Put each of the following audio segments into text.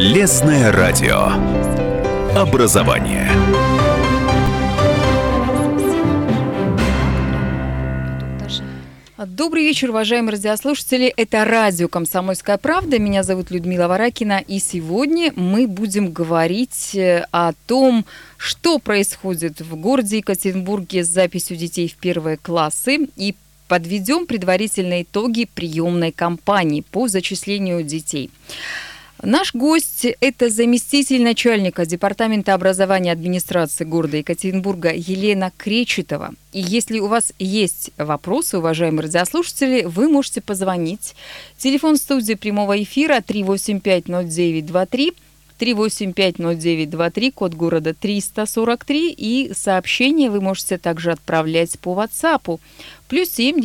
Полезное радио. Образование. Добрый вечер, уважаемые радиослушатели. Это радио «Комсомольская правда». Меня зовут Людмила Варакина. И сегодня мы будем говорить о том, что происходит в городе Екатеринбурге с записью детей в первые классы. И подведем предварительные итоги приемной кампании по зачислению детей. Наш гость – это заместитель начальника Департамента образования администрации города Екатеринбурга Елена Кречетова. И если у вас есть вопросы, уважаемые радиослушатели, вы можете позвонить. Телефон студии прямого эфира 3850923, 3850923, код города 343. И сообщения вы можете также отправлять по WhatsApp. +7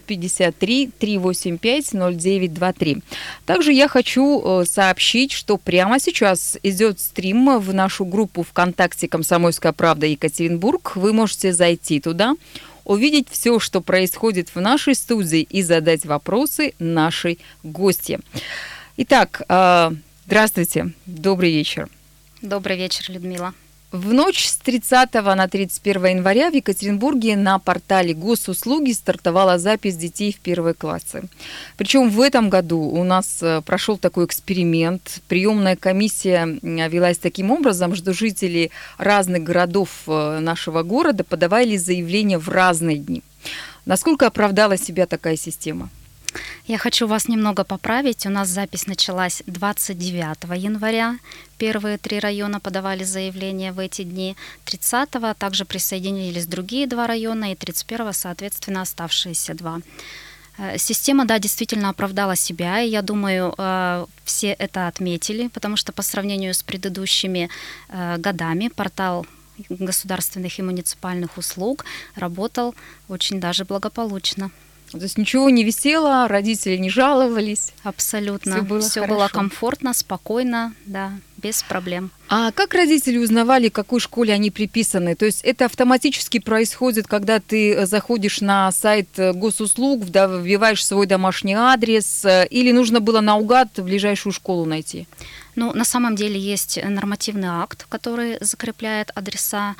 953 385 0923. Также я хочу сообщить, что прямо сейчас идет стрим в нашу группу ВКонтакте «Комсомольская правда Екатеринбург». Вы можете зайти туда, увидеть все, что происходит в нашей студии, и задать вопросы нашей гости. Итак, здравствуйте, добрый вечер. Добрый вечер, Людмила. В ночь с 30 на 31 января в Екатеринбурге на портале Госуслуги стартовала запись детей в первые классы. Причем в этом году у нас прошел такой эксперимент. Приемная комиссия велась таким образом, что жители разных городов нашего города подавали заявления в разные дни. Насколько оправдала себя такая система? Я хочу вас немного поправить. У нас запись началась 29 января. Первые 3 района подавали заявления в эти дни. 30-го также присоединились другие 2 района, и 31-го, соответственно, оставшиеся 2. Система, да, действительно оправдала себя, и я думаю, все это отметили, потому что по сравнению с предыдущими годами портал государственных и муниципальных услуг работал очень даже благополучно. То есть ничего не висело, родители не жаловались? Абсолютно. Все было комфортно, спокойно, да, без проблем. А как родители узнавали, к какой школе они приписаны? То есть это автоматически происходит, когда ты заходишь на сайт госуслуг, вбиваешь свой домашний адрес, или нужно было наугад ближайшую школу найти? Ну, на самом деле есть нормативный акт, который закрепляет адреса,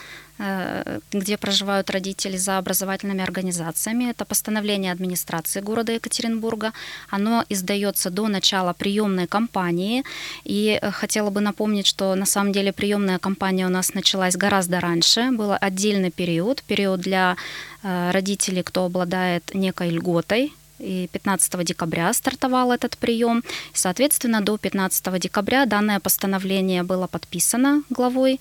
где проживают родители, за образовательными организациями. Это постановление администрации города Екатеринбурга. Оно издается до начала приемной кампании. И хотела бы напомнить, что на самом деле приемная кампания у нас началась гораздо раньше. Был отдельный период для родителей, кто обладает некой льготой. И 15 декабря стартовал этот прием. Соответственно, до 15 декабря данное постановление было подписано главой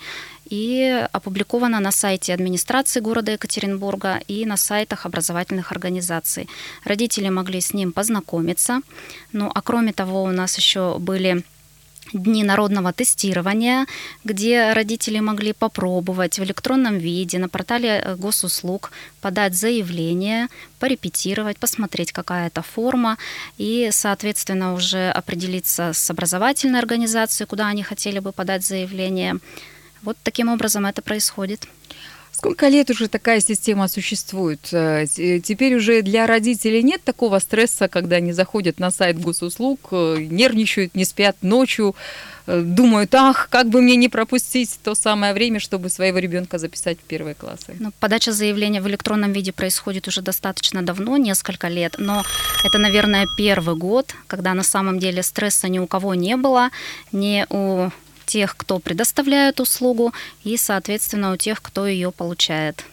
и опубликовано на сайте администрации города Екатеринбурга и на сайтах образовательных организаций. Родители могли с ним познакомиться. Ну, а кроме того, у нас еще были дни народного тестирования, где родители могли попробовать в электронном виде на портале госуслуг подать заявление, порепетировать, посмотреть, какая это форма, и, соответственно, уже определиться с образовательной организацией, куда они хотели бы подать заявление. Вот таким образом это происходит. Сколько лет уже такая система существует? Теперь уже для родителей нет такого стресса, когда они заходят на сайт госуслуг, нервничают, не спят ночью, думают, как бы мне не пропустить то самое время, чтобы своего ребенка записать в первые классы. Подача заявления в электронном виде происходит уже достаточно давно, несколько лет, но это, наверное, первый год, когда на самом деле стресса ни у кого не было, ни у тех, кто предоставляет услугу, и, соответственно, у тех, кто ее получает.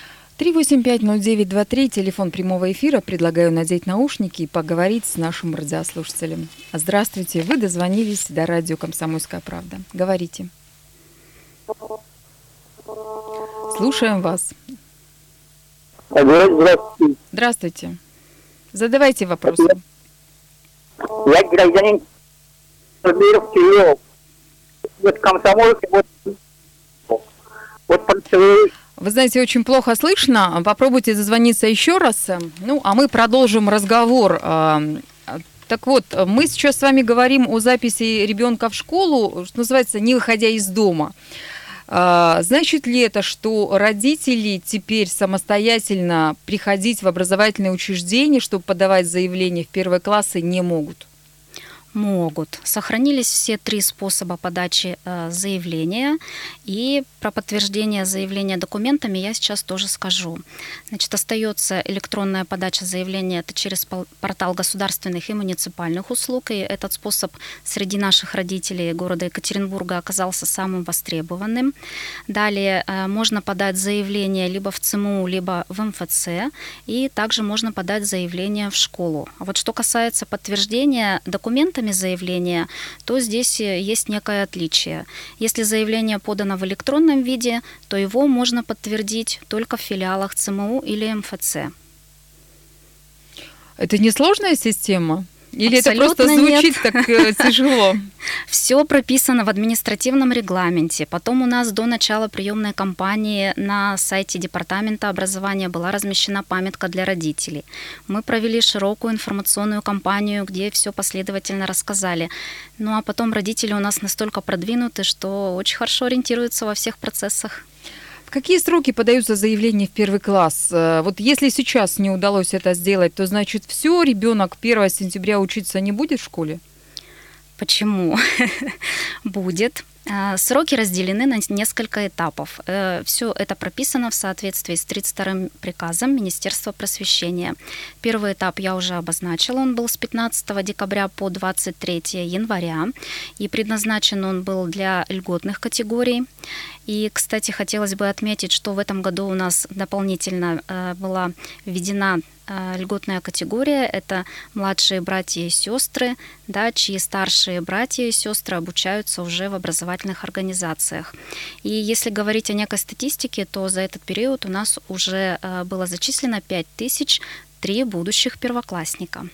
3850923, телефон прямого эфира. Предлагаю надеть наушники и поговорить с нашим радиослушателем. Здравствуйте, вы дозвонились до радио «Комсомольская правда». Говорите. Слушаем вас. Здравствуйте. Здравствуйте. Задавайте вопросы. Я гражданин Кирилл. Вот комсомолки, Вы знаете, очень плохо слышно. Попробуйте дозвониться еще раз. Ну, а мы продолжим разговор. Так вот, мы сейчас с вами говорим о записи ребенка в школу, что называется, не выходя из дома. Значит ли это, что родители теперь самостоятельно приходить в образовательные учреждения, чтобы подавать заявление в первые классы, не могут? Могут. Сохранились все 3 способа подачи заявления. И про подтверждение заявления документами я сейчас тоже скажу. Значит, остается электронная подача заявления, это через портал государственных и муниципальных услуг. И этот способ среди наших родителей города Екатеринбурга оказался самым востребованным. Далее можно подать заявление либо в ЦМУ, либо в МФЦ. И также можно подать заявление в школу. А вот что касается подтверждения документами заявления, то здесь есть некое отличие. Если заявление подано в электронном виде, то его можно подтвердить только в филиалах ЦМУ или МФЦ. Это не сложная система? Или Абсолютно это просто звучит нет. так тяжело? Все прописано в административном регламенте. Потом у нас до начала приемной кампании на сайте Департамента образования была размещена памятка для родителей. Мы провели широкую информационную кампанию, где все последовательно рассказали. Ну а потом родители у нас настолько продвинуты, что очень хорошо ориентируются во всех процессах. В какие сроки подаются заявления в первый класс? Вот если сейчас не удалось это сделать, то значит все, ребенок 1 сентября учиться не будет в школе? Почему? Будет. Сроки разделены на несколько этапов. Все это прописано в соответствии с 32-м приказом Министерства просвещения. Первый этап я уже обозначила, он был с 15 декабря по 23 января, и предназначен он был для льготных категорий. И, кстати, хотелось бы отметить, что в этом году у нас дополнительно была введена льготная категория. Это младшие братья и сестры, да, чьи старшие братья и сестры обучаются уже в образовательных организациях. И если говорить о некой статистике, то за этот период у нас уже было зачислено 5003 будущих первоклассника.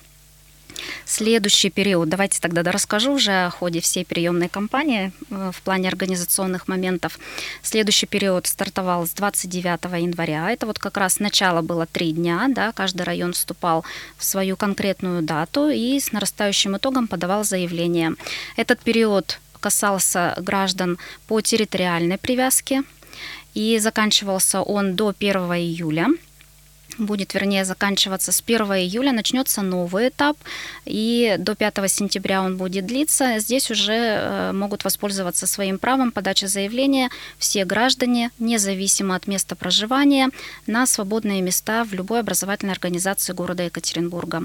Следующий период, давайте тогда расскажу уже о ходе всей приемной кампании в плане организационных моментов. Следующий период стартовал с 29 января. Это вот как раз начало было 3 дня, да, каждый район вступал в свою конкретную дату и с нарастающим итогом подавал заявление. Этот период касался граждан по территориальной привязке, и заканчивался он до 1 июля. Будет, вернее, заканчиваться с 1 июля, начнется новый этап, и до 5 сентября он будет длиться. Здесь уже могут воспользоваться своим правом подачи заявления все граждане, независимо от места проживания, на свободные места в любой образовательной организации города Екатеринбурга.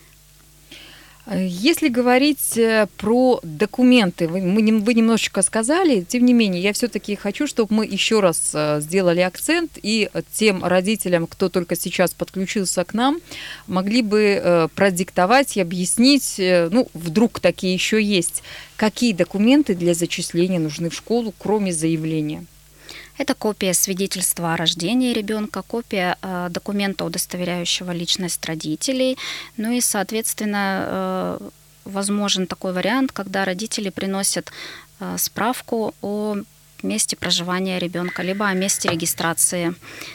Если говорить про документы, вы немножечко сказали, тем не менее, я все-таки хочу, чтобы мы еще раз сделали акцент, и тем родителям, кто только сейчас подключился к нам, могли бы продиктовать и объяснить, ну, вдруг такие еще есть, какие документы для зачисления нужны в школу, кроме заявления. Это копия свидетельства о рождении ребенка, копия документа, удостоверяющего личность родителей. Ну и, соответственно, возможен такой вариант, когда родители приносят справку о месте проживания ребенка, либо о месте регистрации.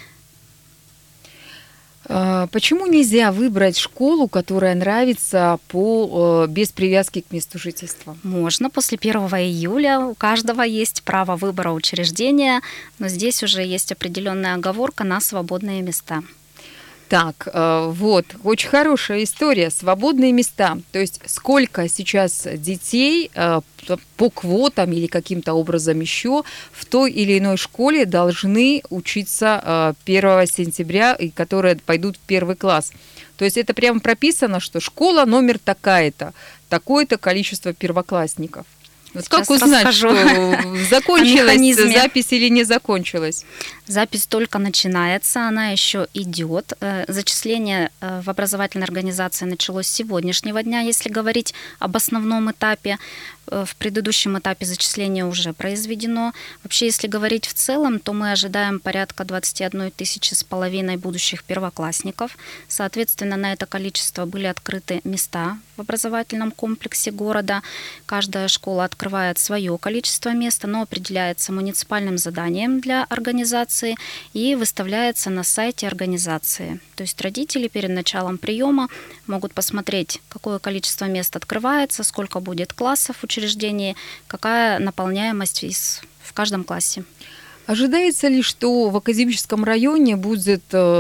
Почему нельзя выбрать школу, которая нравится без привязки к месту жительства? Можно. После 1 июля у каждого есть право выбора учреждения, но здесь уже есть определенная оговорка на свободные места. Так, вот, очень хорошая история, свободные места. То есть сколько сейчас детей по квотам или каким-то образом еще в той или иной школе должны учиться 1 сентября, и которые пойдут в 1 класс. То есть это прямо прописано, что школа номер такая-то, такое-то количество первоклассников. Вот как узнать, что закончилась запись или не закончилась? Запись только начинается, она еще идет. Зачисление в образовательной организации началось с сегодняшнего дня, если говорить об основном этапе. В предыдущем этапе зачисление уже произведено. Вообще, если говорить в целом, то мы ожидаем порядка 21 500 будущих первоклассников. Соответственно, на это количество были открыты места в образовательном комплексе города. Каждая школа открывает свое количество мест, оно определяется муниципальным заданием для организации и выставляется на сайте организации. То есть родители перед началом приема могут посмотреть, какое количество мест открывается, сколько будет классов в учреждении, какая наполняемость в каждом классе. Ожидается ли, что в академическом районе будет то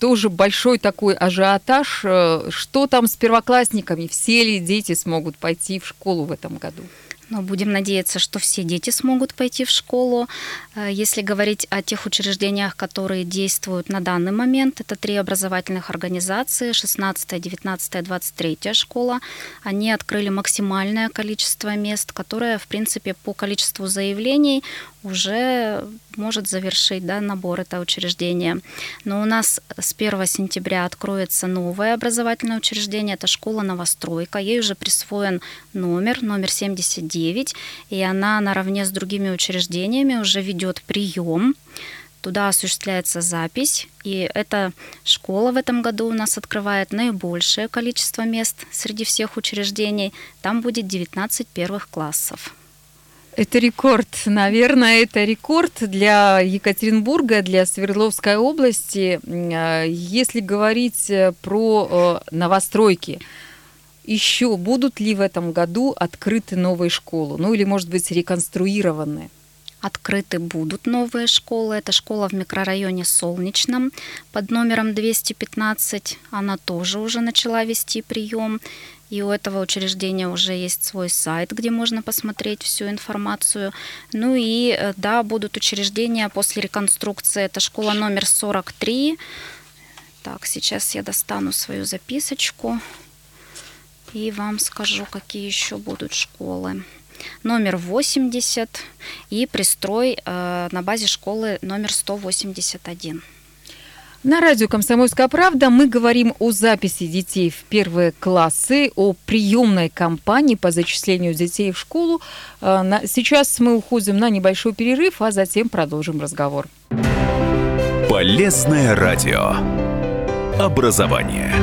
тоже большой такой ажиотаж. Что там с первоклассниками? Все ли дети смогут пойти в школу в этом году? Но будем надеяться, что все дети смогут пойти в школу. Если говорить о тех учреждениях, которые действуют на данный момент, это 3 образовательных организации, 16-я, 19-я, 23-я школа. Они открыли максимальное количество мест, которое, в принципе, по количеству заявлений уже может завершить, да, набор это учреждение. Но у нас с 1 сентября откроется новое образовательное учреждение, это школа «Новостройка». Ей уже присвоен номер 79, и она наравне с другими учреждениями уже ведет прием. Туда осуществляется запись, и эта школа в этом году у нас открывает наибольшее количество мест среди всех учреждений. Там будет 19 первых классов. Это рекорд, наверное, это рекорд для Екатеринбурга, для Свердловской области. Если говорить про новостройки, еще будут ли в этом году открыты новые школы? Ну или, может быть, реконструированы? Открыты будут новые школы. Это школа в микрорайоне Солнечном под номером 215. Она тоже уже начала вести прием. И у этого учреждения уже есть свой сайт, где можно посмотреть всю информацию. Ну и да, будут учреждения после реконструкции. Это школа номер 43. Так, сейчас я достану свою записочку и вам скажу, какие еще будут школы. Номер 80 и пристрой на базе школы номер 181. На радио «Комсомольская правда» мы говорим о записи детей в первые классы, о приемной кампании по зачислению детей в школу. Сейчас мы уходим на небольшой перерыв, а затем продолжим разговор. Полезное радио. Образование.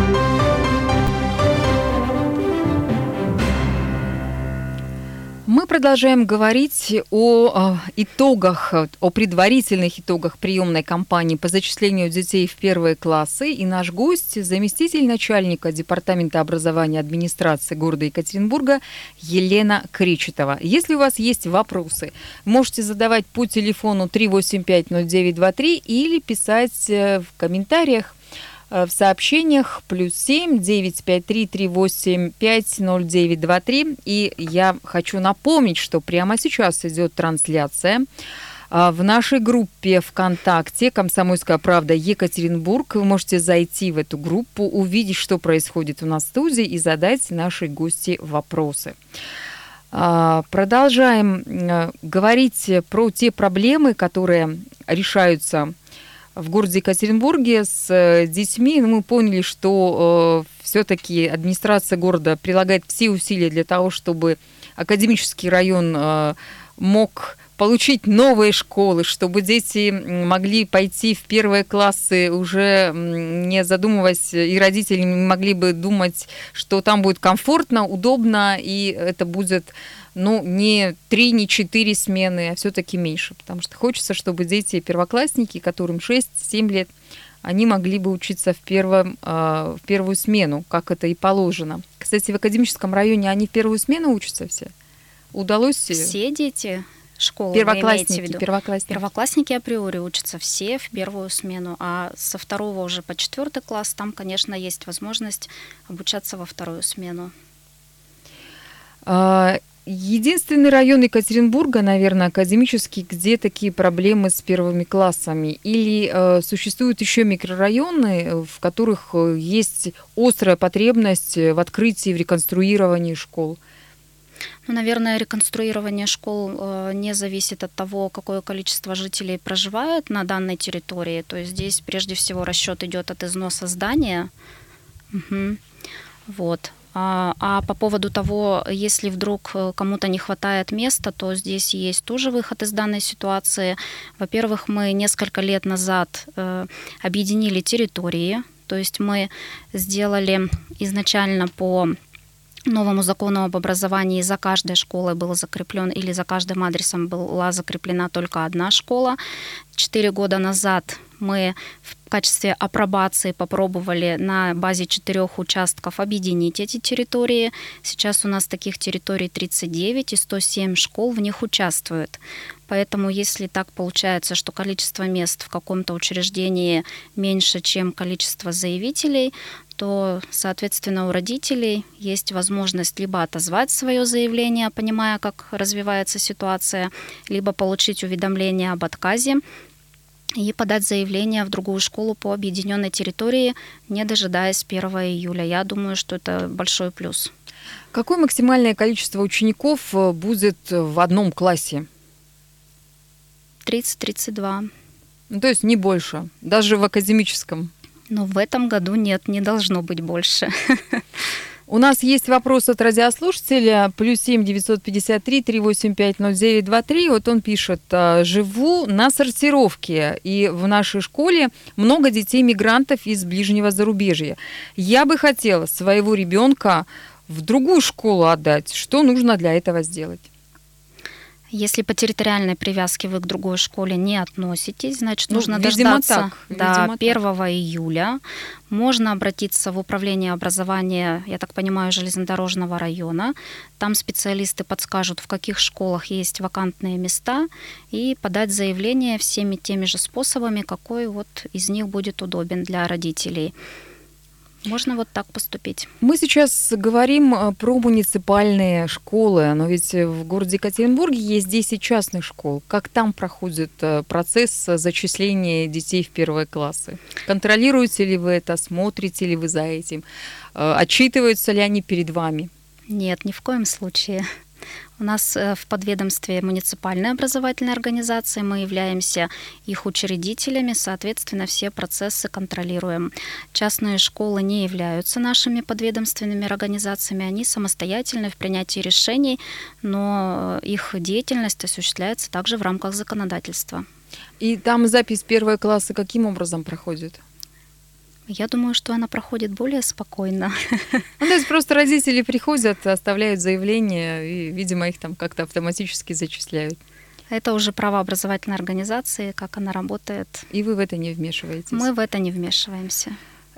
Мы продолжаем говорить о итогах, о предварительных итогах приемной кампании по зачислению детей в первые классы. И наш гость, заместитель начальника Департамента образования администрации города Екатеринбурга Елена Кречетова. Если у вас есть вопросы, можете задавать по телефону 3850923 или писать в комментариях в сообщениях +7 953 385 0923. И я хочу напомнить, что прямо сейчас идет трансляция в нашей группе ВКонтакте «Комсомольская правда Екатеринбург». Вы можете зайти в эту группу, увидеть, что происходит у нас в студии и задать нашей гости вопросы. Продолжаем говорить про те проблемы, которые решаются в городе Екатеринбурге с детьми. Мы поняли, что все-таки администрация города прилагает все усилия для того, чтобы академический район мог получить новые школы, чтобы дети могли пойти в первые классы, уже не задумываясь, и родители могли бы думать, что там будет комфортно, удобно, и это будет не 3, не 4 смены, а все-таки меньше. Потому что хочется, чтобы дети, первоклассники, которым 6-7 лет, они могли бы учиться в первую смену, как это и положено. Кстати, в академическом районе они в первую смену учатся все? Удалось? Все дети школы, первоклассники априори учатся все в первую смену, а со 2 уже по 4 класс там, конечно, есть возможность обучаться во вторую смену. Единственный район Екатеринбурга, наверное, академический, где такие проблемы с первыми классами? Или существуют еще микрорайоны, в которых есть острая потребность в открытии, в реконструировании школ? Наверное, реконструирование школ не зависит от того, какое количество жителей проживает на данной территории. То есть здесь прежде всего расчет идет от износа здания. Угу. Вот. А по поводу того, если вдруг кому-то не хватает места, то здесь есть тоже выход из данной ситуации. Во-первых, мы несколько лет назад объединили территории, то есть мы сделали изначально по новому закону об образовании за каждой школой был закреплен или за каждым адресом была закреплена только одна школа. 4 года назад мы в качестве апробации попробовали на базе 4 участков объединить эти территории. Сейчас у нас таких территорий 39, и 107 школ в них участвуют. Поэтому если так получается, что количество мест в каком-то учреждении меньше, чем количество заявителей, то, соответственно, у родителей есть возможность либо отозвать свое заявление, понимая, как развивается ситуация, либо получить уведомление об отказе и подать заявление в другую школу по объединенной территории, не дожидаясь 1 июля. Я думаю, что это большой плюс. Какое максимальное количество учеников будет в одном классе? 30-32. То есть не больше, даже в академическом? Но в этом году нет, не должно быть больше. У нас есть вопрос от радиослушателя, +7 953 385 0923. Вот он пишет: живу на сортировке, и в нашей школе много детей-мигрантов из ближнего зарубежья. Я бы хотела своего ребенка в другую школу отдать. Что нужно для этого сделать? Если по территориальной привязке вы к другой школе не относитесь, значит, нужно видимо, дождаться до 1 так. июля. Можно обратиться в управление образования, я так понимаю, железнодорожного района. Там специалисты подскажут, в каких школах есть вакантные места, и подать заявление всеми теми же способами, какой вот из них будет удобен для родителей. Можно вот так поступить. Мы сейчас говорим про муниципальные школы, но ведь в городе Екатеринбурге есть 10 частных школ. Как там проходит процесс зачисления детей в первые классы? Контролируете ли вы это, смотрите ли вы за этим? Отчитываются ли они перед вами? Нет, ни в коем случае. У нас в подведомстве муниципальной образовательной организации, мы являемся их учредителями, соответственно, все процессы контролируем. Частные школы не являются нашими подведомственными организациями, они самостоятельны в принятии решений, но их деятельность осуществляется также в рамках законодательства. И там запись в первые классы каким образом проходит? Я думаю, что она проходит более спокойно. То есть просто родители приходят, оставляют заявление, и, видимо, их там как-то автоматически зачисляют. Это уже право образовательной организации, как она работает. И вы в это не вмешиваетесь? Мы в это не вмешиваемся.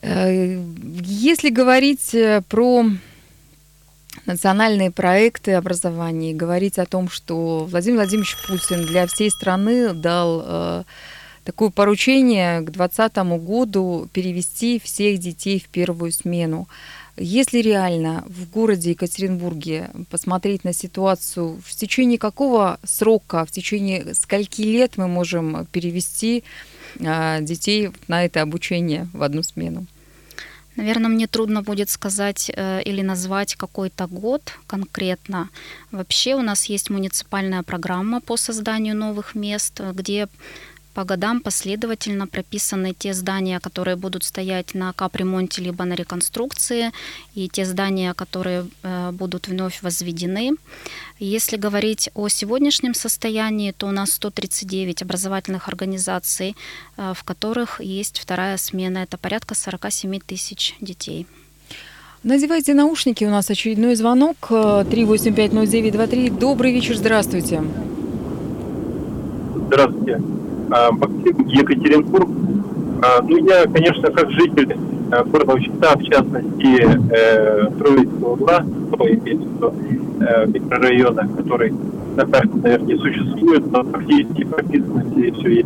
Если говорить про национальные проекты образования, говорить о том, что Владимир Владимирович Путин для всей страны дал такое поручение к 2020 году перевести всех детей в первую смену. Если реально в городе Екатеринбурге посмотреть на ситуацию, в течение какого срока, в течение скольки лет мы можем перевести детей на это обучение в одну смену? Наверное, мне трудно будет сказать или назвать какой-то год конкретно. Вообще у нас есть муниципальная программа по созданию новых мест, где по годам последовательно прописаны те здания, которые будут стоять на капремонте либо на реконструкции, и те здания, которые будут вновь возведены. Если говорить о сегодняшнем состоянии, то у нас 139 образовательных организаций, в которых есть вторая смена. Это порядка 47 тысяч детей. Надевайте наушники, у нас очередной звонок. 3850923. Добрый вечер, здравствуйте. Здравствуйте. Максим, Екатеринбург. Я, конечно, как житель города Учита, в частности, Троицкого угла, микрорайона, который на карте, наверное, не существует, но фактически прописано все есть.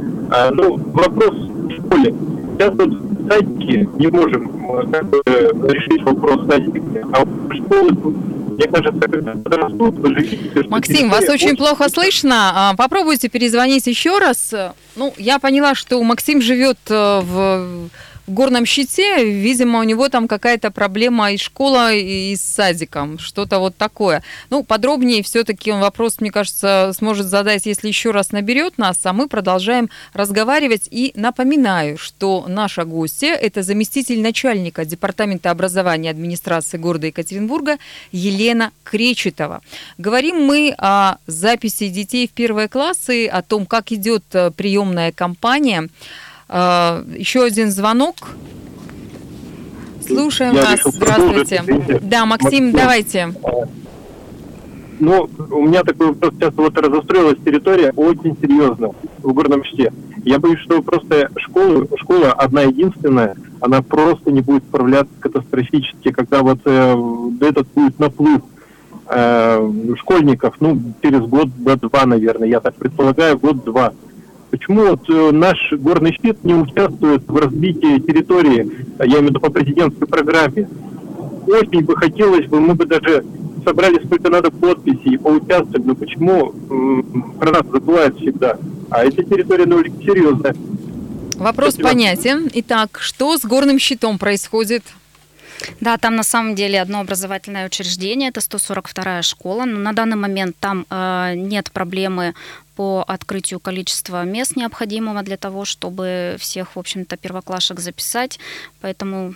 Вопрос в школе. Сейчас вот в садике не можем решить вопрос в садике, а в школе, мне кажется, когда подрастут, вы же видите, что... Максим, вас очень плохо слышно. Попробуйте перезвонить еще раз. Я поняла, что Максим живет в Горном Щите. Видимо, у него там какая-то проблема и школа, и с садиком. Что-то вот такое. Подробнее все-таки он вопрос, мне кажется, сможет задать, если еще раз наберет нас. А мы продолжаем разговаривать. И напоминаю, что наша гостья – это заместитель начальника Департамента образования администрации города Екатеринбурга Елена Кречетова. Говорим мы о записи детей в первые классы, о том, как идет приемная кампания. Еще один звонок. Слушаем вас. Здравствуйте. Да, Максим, давайте. Ну, у меня такой вопрос. Сейчас вот разостроилась территория очень серьезно в Горном Щите. Я боюсь, что просто школа одна единственная, она просто не будет справляться катастрофически, когда вот этот будет наплыв школьников, через год-два, наверное, я так предполагаю, год-два. Почему вот наш Горный Щит не участвует в разбитии территории, я имею в виду по президентской программе? Очень бы хотелось бы, мы бы даже собрали сколько надо подписей и поучаствовали, но почему про нас забывают всегда? А эта территория, серьезная. Вопрос Спасибо. понятен. Итак, что с Горным Щитом происходит? Да, там на самом деле одно образовательное учреждение, это 142-я школа, но на данный момент там нет проблемы по открытию количества мест необходимого для того, чтобы всех, в общем-то, первоклашек записать, поэтому,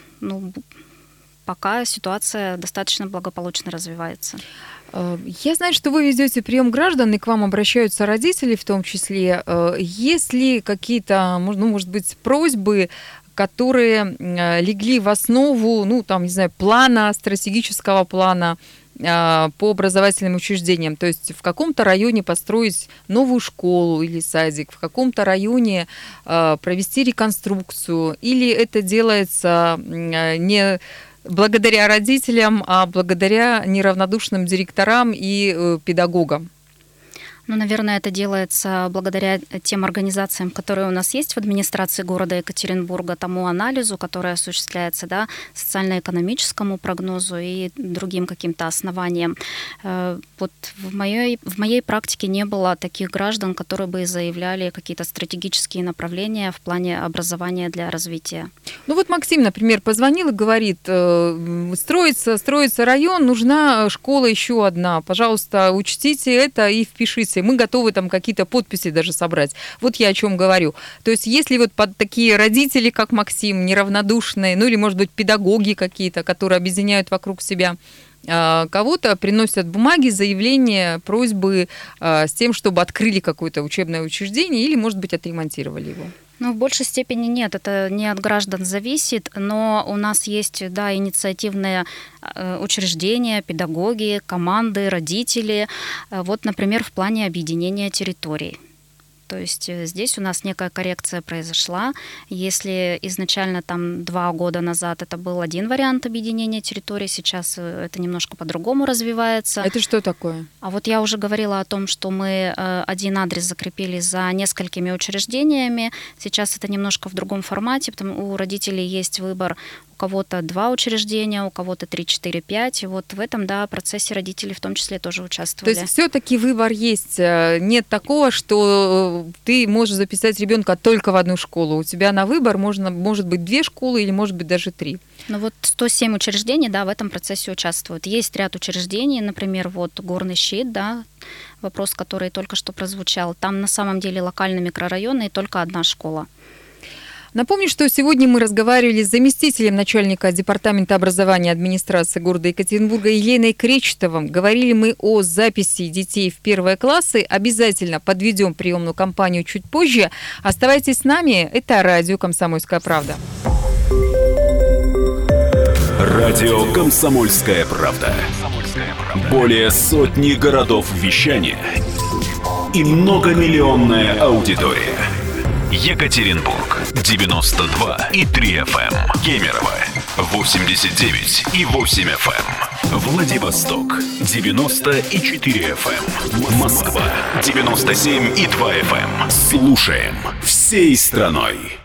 пока ситуация достаточно благополучно развивается. Я знаю, что вы ведете прием граждан, и к вам обращаются родители в том числе. Есть ли какие-то, может быть, просьбы, которые легли в основу, плана, стратегического плана по образовательным учреждениям? То есть в каком-то районе построить новую школу или садик, в каком-то районе провести реконструкцию, или это делается не благодаря родителям, а благодаря неравнодушным директорам и педагогам? Наверное, это делается благодаря тем организациям, которые у нас есть в администрации города Екатеринбурга, тому анализу, который осуществляется, социально-экономическому прогнозу и другим каким-то основаниям. Вот в моей практике не было таких граждан, которые бы заявляли какие-то стратегические направления в плане образования для развития. Максим, например, позвонил и говорит: строится район, нужна школа еще одна, пожалуйста, учтите это и впишите. Мы готовы там какие-то подписи даже собрать. Вот я о чем говорю. То есть если вот под такие родители, как Максим, неравнодушные, или, может быть, педагоги какие-то, которые объединяют вокруг себя кого-то, приносят бумаги, заявления, просьбы с тем, чтобы открыли какое-то учебное учреждение или, может быть, отремонтировали его. В большей степени нет, это не от граждан зависит, но у нас есть, инициативные учреждения, педагоги, команды, родители. Вот, например, в плане объединения территорий. То есть здесь у нас некая коррекция произошла. Если изначально 2 года назад это был один вариант объединения территорий, сейчас это немножко по-другому развивается. Это что такое? А вот я уже говорила о том, что мы один адрес закрепили за несколькими учреждениями. Сейчас это немножко в другом формате, потому что у родителей есть выбор. У кого-то 2 учреждения, у кого-то 3, 4, 5. И вот в этом, процессе родители в том числе тоже участвовали. То есть все-таки выбор есть. Нет такого, что ты можешь записать ребенка только в одну школу. У тебя на выбор может быть 2 школы или может быть даже 3. 107 учреждений, в этом процессе участвуют. Есть ряд учреждений, например, Горный Щит, вопрос, который только что прозвучал. Там на самом деле локальный микрорайон и только одна школа. Напомню, что сегодня мы разговаривали с заместителем начальника департамента образования администрации города Екатеринбурга Еленой Кречетовой. Говорили мы о записи детей в 1 классы. Обязательно подведем приемную кампанию чуть позже. Оставайтесь с нами. Это радио «Комсомольская правда». Радио «Комсомольская правда». Более сотни городов вещания и многомиллионная аудитория. Екатеринбург 92,3 FM, Кемерово 89,8 FM, Владивосток 90,4 FM, Москва 97,2 FM. Слушаем всей страной.